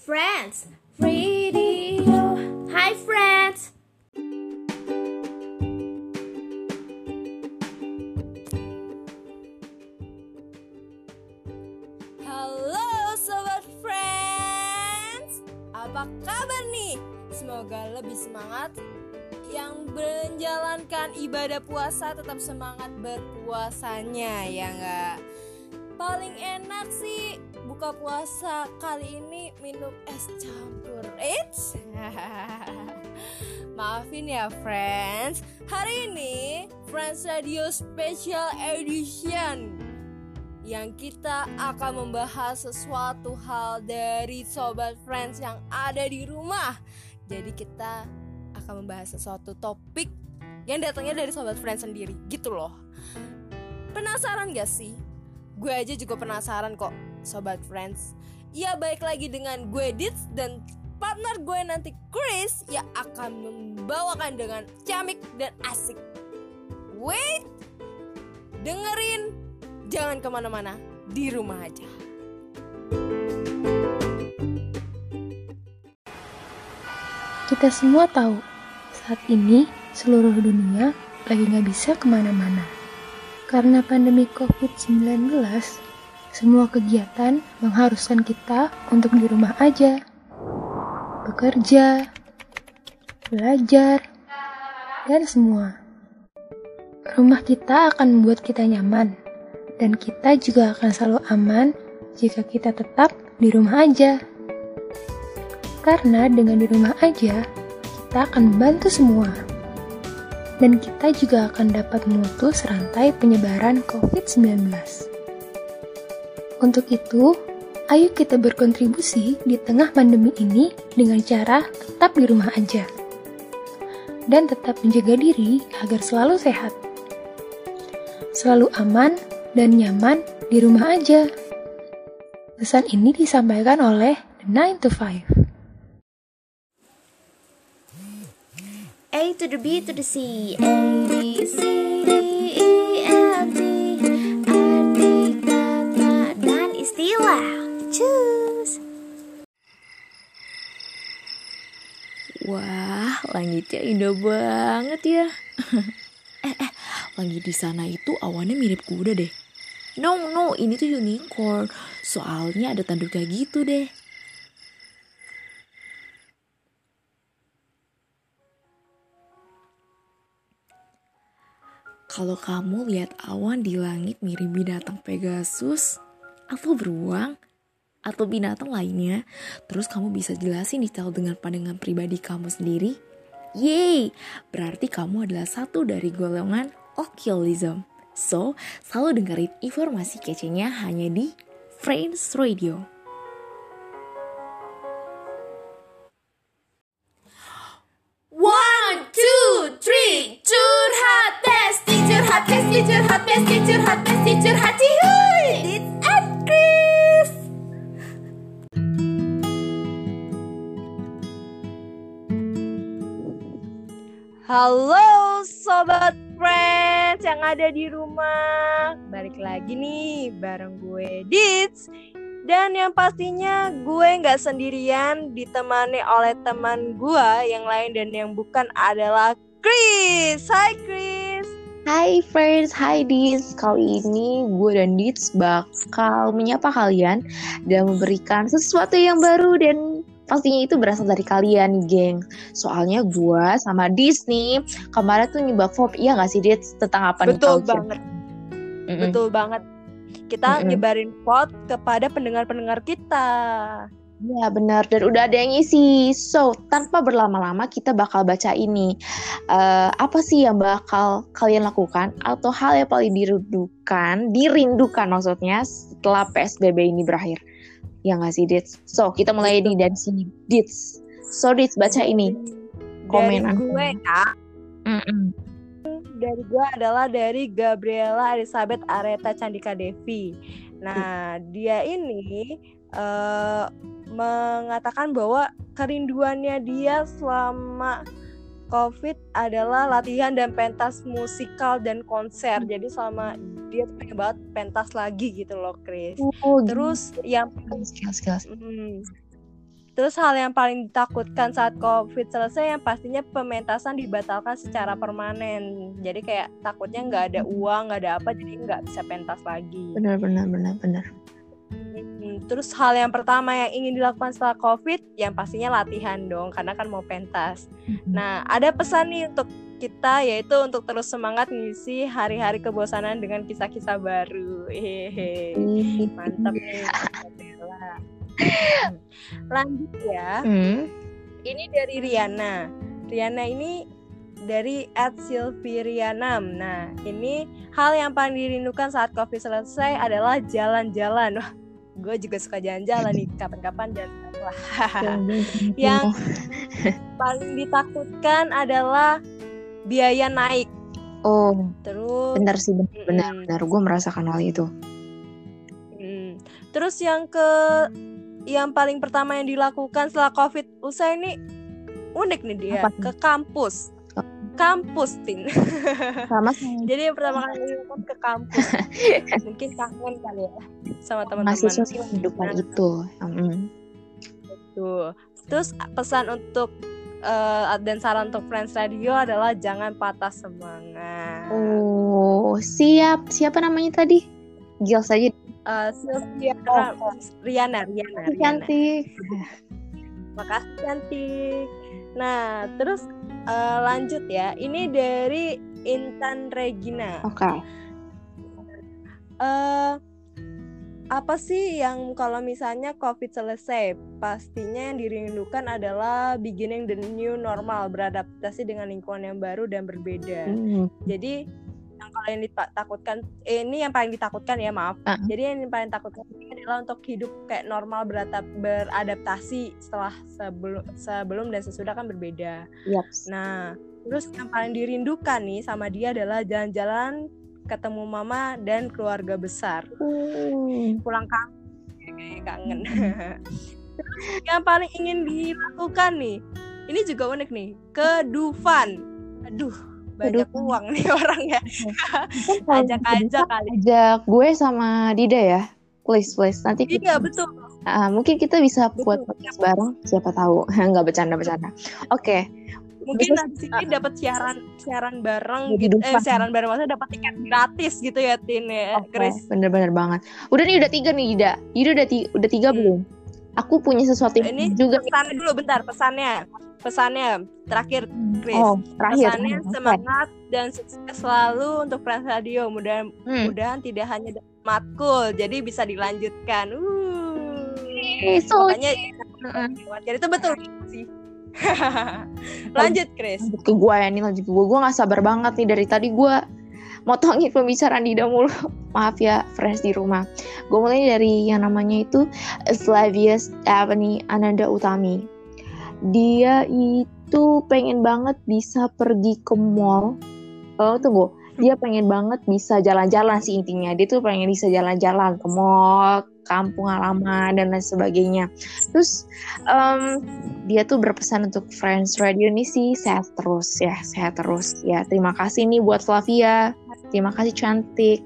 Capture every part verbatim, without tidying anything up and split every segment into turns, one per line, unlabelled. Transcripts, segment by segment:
Friends Radio. Hi friends.
Halo Sobat Friends, apa kabar nih? Semoga lebih semangat. Yang menjalankan ibadah puasa tetap semangat berpuasanya, ya enggak? Paling enak sih buka puasa kali ini minum es campur. Eits. Maafin ya friends. Hari ini Friends Radio Special Edition, yang kita akan membahas sesuatu hal dari Sobat Friends yang ada di rumah. Jadi kita akan membahas sesuatu topik yang datangnya dari Sobat Friends sendiri, gitu loh. Penasaran gak sih? Gue aja juga penasaran kok, Sobat Friends. Ya, baik lagi dengan gue Dits dan partner gue nanti Chris yang akan membawakan dengan ciamik dan asik. Wait, dengerin, jangan kemana-mana, di rumah aja.
Kita semua tahu, saat ini seluruh dunia lagi gak bisa kemana-mana. Karena pandemi covid sembilan belas, semua kegiatan mengharuskan kita untuk di rumah aja. Bekerja, belajar, dan semua. Rumah kita akan membuat kita nyaman, dan kita juga akan selalu aman jika kita tetap di rumah aja. Karena dengan di rumah aja, kita akan membantu semua. Dan kita juga akan dapat memutus rantai penyebaran covid sembilan belas. Untuk itu, ayo kita berkontribusi di tengah pandemi ini dengan cara tetap di rumah aja. Dan tetap menjaga diri agar selalu sehat. Selalu aman dan nyaman di rumah aja. Pesan ini disampaikan oleh The nine to five.
A to the B to the C, A, B, C, D, E, F, G, arti kata dan istilah. Cus.
Wah, langitnya indah banget ya. eh, eh, langit di sana itu awannya mirip kuda deh. No, no, ini tuh unicorn. Soalnya ada tanduknya gitu deh. Kalau kamu lihat awan di langit mirip binatang Pegasus, atau beruang, atau binatang lainnya, terus kamu bisa jelasin detail dengan pandangan pribadi kamu sendiri, yeay, berarti kamu adalah satu dari golongan Oculism. So, selalu dengerin informasi kecenya hanya di Friends Radio.
One, two, three, curhat besti, curhat besti, curhat besti, curhat besti, curhat cihuy. It's and Chris. Halo Sobat Friends yang ada di rumah. Balik lagi nih bareng gue Dits. Dan yang pastinya gue gak sendirian, ditemani oleh teman gue yang lain dan yang bukan adalah Chris. Hai Chris.
Hai friends, hai Dits. Kali ini gue dan Dits bakal menyapa kalian dan memberikan sesuatu yang baru dan pastinya itu berasal dari kalian nih geng. Soalnya gue sama Dits nih kemarin tuh nyebak Fob, iya gak sih Dits? Tentang apa nih?
Betul banget.
Mm-mm.
Betul banget. Kita
Mm-mm.
nyebarin vote kepada pendengar-pendengar kita.
Ya benar, dan udah ada yang isi. So, tanpa berlama-lama kita bakal baca ini. Uh, apa sih yang bakal kalian lakukan atau hal yang paling dirindukan, dirindukan maksudnya setelah P S B B ini berakhir? Ya nggak sih, Dits? So, kita mulai nih dari sini. Dits. So, Dits baca ini. Komen
Dari gue ya.
Mm-mm.
Dari gue adalah dari Gabriela Elizabeth Areta Candika Devi. Nah, dia ini uh, mengatakan bahwa kerinduannya dia selama COVID adalah latihan dan pentas musikal dan konser. Jadi selama dia tuh pengen banget pentas lagi gitu loh, Chris.
Oh,
Terus yang
skills, skills.
hmm, terus hal yang paling ditakutkan saat COVID selesai yang pastinya pementasan dibatalkan secara permanen. Jadi kayak takutnya nggak ada uang, nggak ada apa, jadi nggak bisa pentas lagi.
Benar benar benar benar.
Hmm, terus hal yang pertama yang ingin dilakukan setelah COVID, yang pastinya latihan dong, karena kan mau pentas. Nah, ada pesan nih untuk kita, yaitu untuk terus semangat ngisi hari-hari kebosanan dengan kisah-kisah baru. Hehehe, mantap nih. Lanjut ya.
Hmm.
Ini dari Riana. Riana ini dari at Silvirianam. Nah, ini hal yang paling dirindukan saat COVID selesai adalah jalan-jalan. Wah, gue juga suka jalan-jalan nih, kapan-kapan jalan lah. Yang paling ditakutkan adalah biaya naik.
Oh,
terus
benar sih, benar
mm,
benar. Gue merasakan hal itu.
mm. Terus yang ke yang paling pertama yang dilakukan setelah COVID usai ini unik nih dia.
Apa?
Ke kampus. Kampus, Tin.
Sama
Jadi yang pertama kali dilakukan ke kampus. Mungkin kangen kali ya sama teman-teman.
mahasiswa sih kehidupan
Nah,
itu. Hmm.
Tuh. Terus pesan untuk uh, dan saran untuk Friends Radio adalah jangan patah semangat.
Oh, siap. Siapa namanya tadi? Gil saja.
Uh, Sylvia
Oh.
Riana, Riana, Riana.
Cantik.
Makasih cantik. Nah, terus uh, lanjut ya. Ini dari Intan Regina.
Oke.
Eh, apa sih yang kalau misalnya COVID selesai, pastinya yang dirindukan adalah beginning the new normal, beradaptasi dengan lingkungan yang baru dan berbeda.
Hmm.
Jadi yang kalau yang ditakutkan, eh, ini yang paling ditakutkan ya maaf.
Uh.
Jadi yang paling takutkan ini adalah untuk hidup kayak normal, beradap, beradaptasi setelah sebelum sebelum dan sesudah kan berbeda.
Yaps.
Nah, terus yang paling dirindukan nih sama dia adalah jalan-jalan, ketemu mama dan keluarga besar.
Hmm.
Pulang kampung ya, kayak kangen. Terus yang paling ingin dilakukan nih, ini juga unik nih, ke Dufan. Aduh, banyak
Dufan.
uang nih orangnya. Ajak-ajak kali.
Ajak gue sama Dida ya. Please, please. Nanti kita,
Iya betul.
Ah, mungkin kita bisa buat
Betul.
podcast bareng. Siapa tahu. Nggak bercanda-bercanda. Oke.
Mungkin
Terus,
habis ini dapat siaran siaran bareng
Jadi
gitu. Eh,
Dufan.
siaran bareng maksudnya dapat tiket gratis gitu ya, Tin ya.
Oke,
Chris.
bener-bener banget. Udah nih, udah tiga nih, Dida. Dida udah, ti- udah tiga
Hmm.
belum? Aku punya sesuatu
Ini
juga.
pesannya dulu bentar, pesannya. Pesannya terakhir, Chris.
Oh, terakhir.
Pesannya
Oke.
semangat dan sukses selalu untuk Friends Radio. Mudah-mudahan
Hmm.
tidak hanya dapat matkul, jadi bisa dilanjutkan. Uh.
Eh, so
Makanya jadi itu betul sih. Lanjut, Chris.
lanjut ke gue ya nih, lanjut ke gue. Gue gak sabar banget nih, dari tadi gue motongin pembicaraan Dida mulu. Maaf ya, friends di rumah. Gue mulai dari yang namanya itu Slavius Avani Ananda Utami. Dia itu pengen banget bisa pergi ke mall. Oh, tunggu. Dia pengen banget bisa jalan-jalan sih intinya. Dia tuh pengen bisa jalan-jalan ke mall, kampung halaman, dan lain sebagainya. Terus um, dia tuh berpesan untuk Friends Radio ini sih sehat terus ya, sehat terus ya. Terima kasih nih buat Flavia, terima kasih cantik.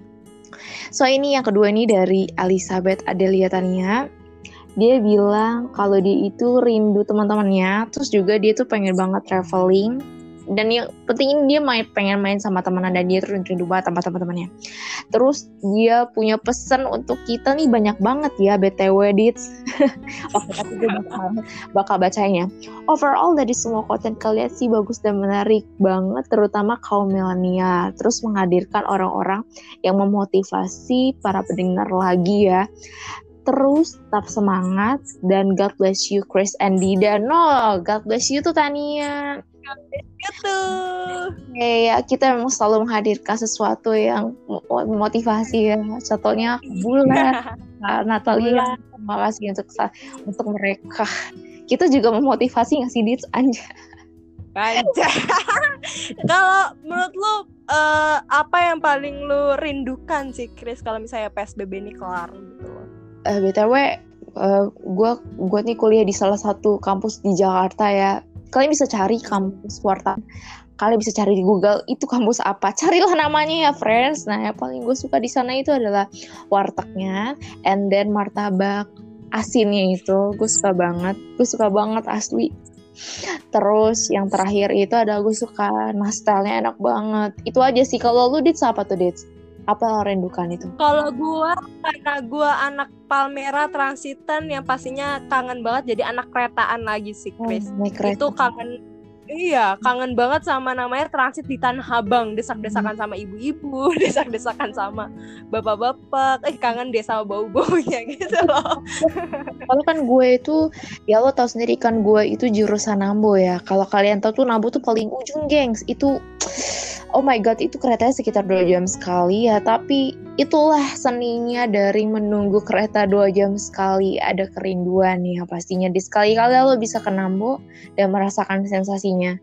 So ini yang kedua ini dari Elizabeth Adelia Tania. Dia bilang kalau dia itu rindu teman-temannya, terus juga dia tuh pengen banget traveling. Dan yang penting dia main, pengen main sama teman dan dia tuh rindu banget sama teman-temannya. Terus dia punya pesan untuk kita nih banyak banget ya B T W Dits. Oke, tapi gue bakal, bakal bacanya. Overall dari semua konten kalian sih bagus dan menarik banget, terutama kaum milenial. Terus menghadirkan orang-orang yang memotivasi para pendengar lagi ya. Terus tetap semangat dan God bless you Chris and Dida. No, God bless you tuh Tania.
Gitu.
Ya, kita memang selalu menghadirkan sesuatu yang memotivasi ya. Contohnya Bulan, Natalia. Terima kasih untuk untuk mereka. Kita juga memotivasi ngasih Dits anja.
Anja. Kalau menurut lu uh, apa yang paling lu rindukan sih Chris kalau misalnya P S B B ini kelar gitu loh?
Uh, B T W, uh, gue gue nih kuliah di salah satu kampus di Jakarta ya. Kalian bisa cari kampus warta. Kalian bisa cari di Google itu kampus apa. Carilah namanya ya, friends. Nah, yang paling gue suka di sana itu adalah wartegnya, and then martabak asinnya itu. Gue suka banget. Gue suka banget asli. Terus yang terakhir itu ada gue suka nastelnya enak banget. Itu aja sih. Kalau lu Dit apa tuh Dit? Apa rindukan itu?
Kalau gua karena gua anak Palmera Transitan yang pastinya kangen banget jadi anak keretaan lagi sih Chris.
Oh, naik kereta.
Itu kangen. Iya, kangen banget sama namanya transit di Tanah Abang, desak-desakan sama ibu-ibu, desak-desakan sama bapak-bapak, eh kangen deh sama bau-baunya gitu loh.
Kalau kan gue itu, ya lo tau sendiri kan gue itu jurusan Nambo ya. Kalau kalian tahu tuh Nambo tuh paling ujung gengs. Itu, oh my god, itu keretanya sekitar dua jam sekali ya. Tapi itulah seninya dari menunggu kereta dua jam sekali. Ada kerinduan ya pastinya. Di sekali-kali lo bisa ke Nambo dan merasakan sensasinya.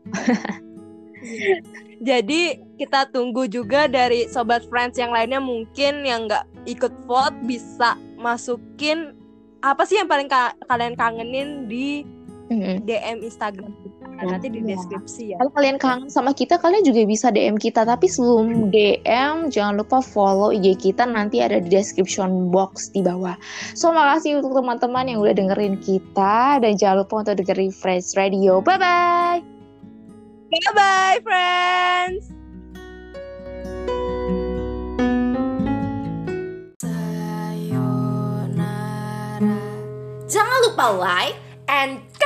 Jadi kita tunggu juga dari Sobat Friends yang lainnya mungkin yang gak ikut vote bisa masukin apa sih yang paling ka- kalian kangenin di
Mm-hmm.
D M Instagram kita. Nanti di
Iya.
deskripsi ya.
Kalau kalian kangen sama kita, kalian juga bisa D M kita. Tapi sebelum D M, jangan lupa follow I G kita. Nanti ada di description box di bawah. So, makasih untuk teman-teman yang udah dengerin kita. Dan jangan lupa untuk dengerin Fresh Radio. Bye-bye!
Bye-bye friends!
Jangan lupa like and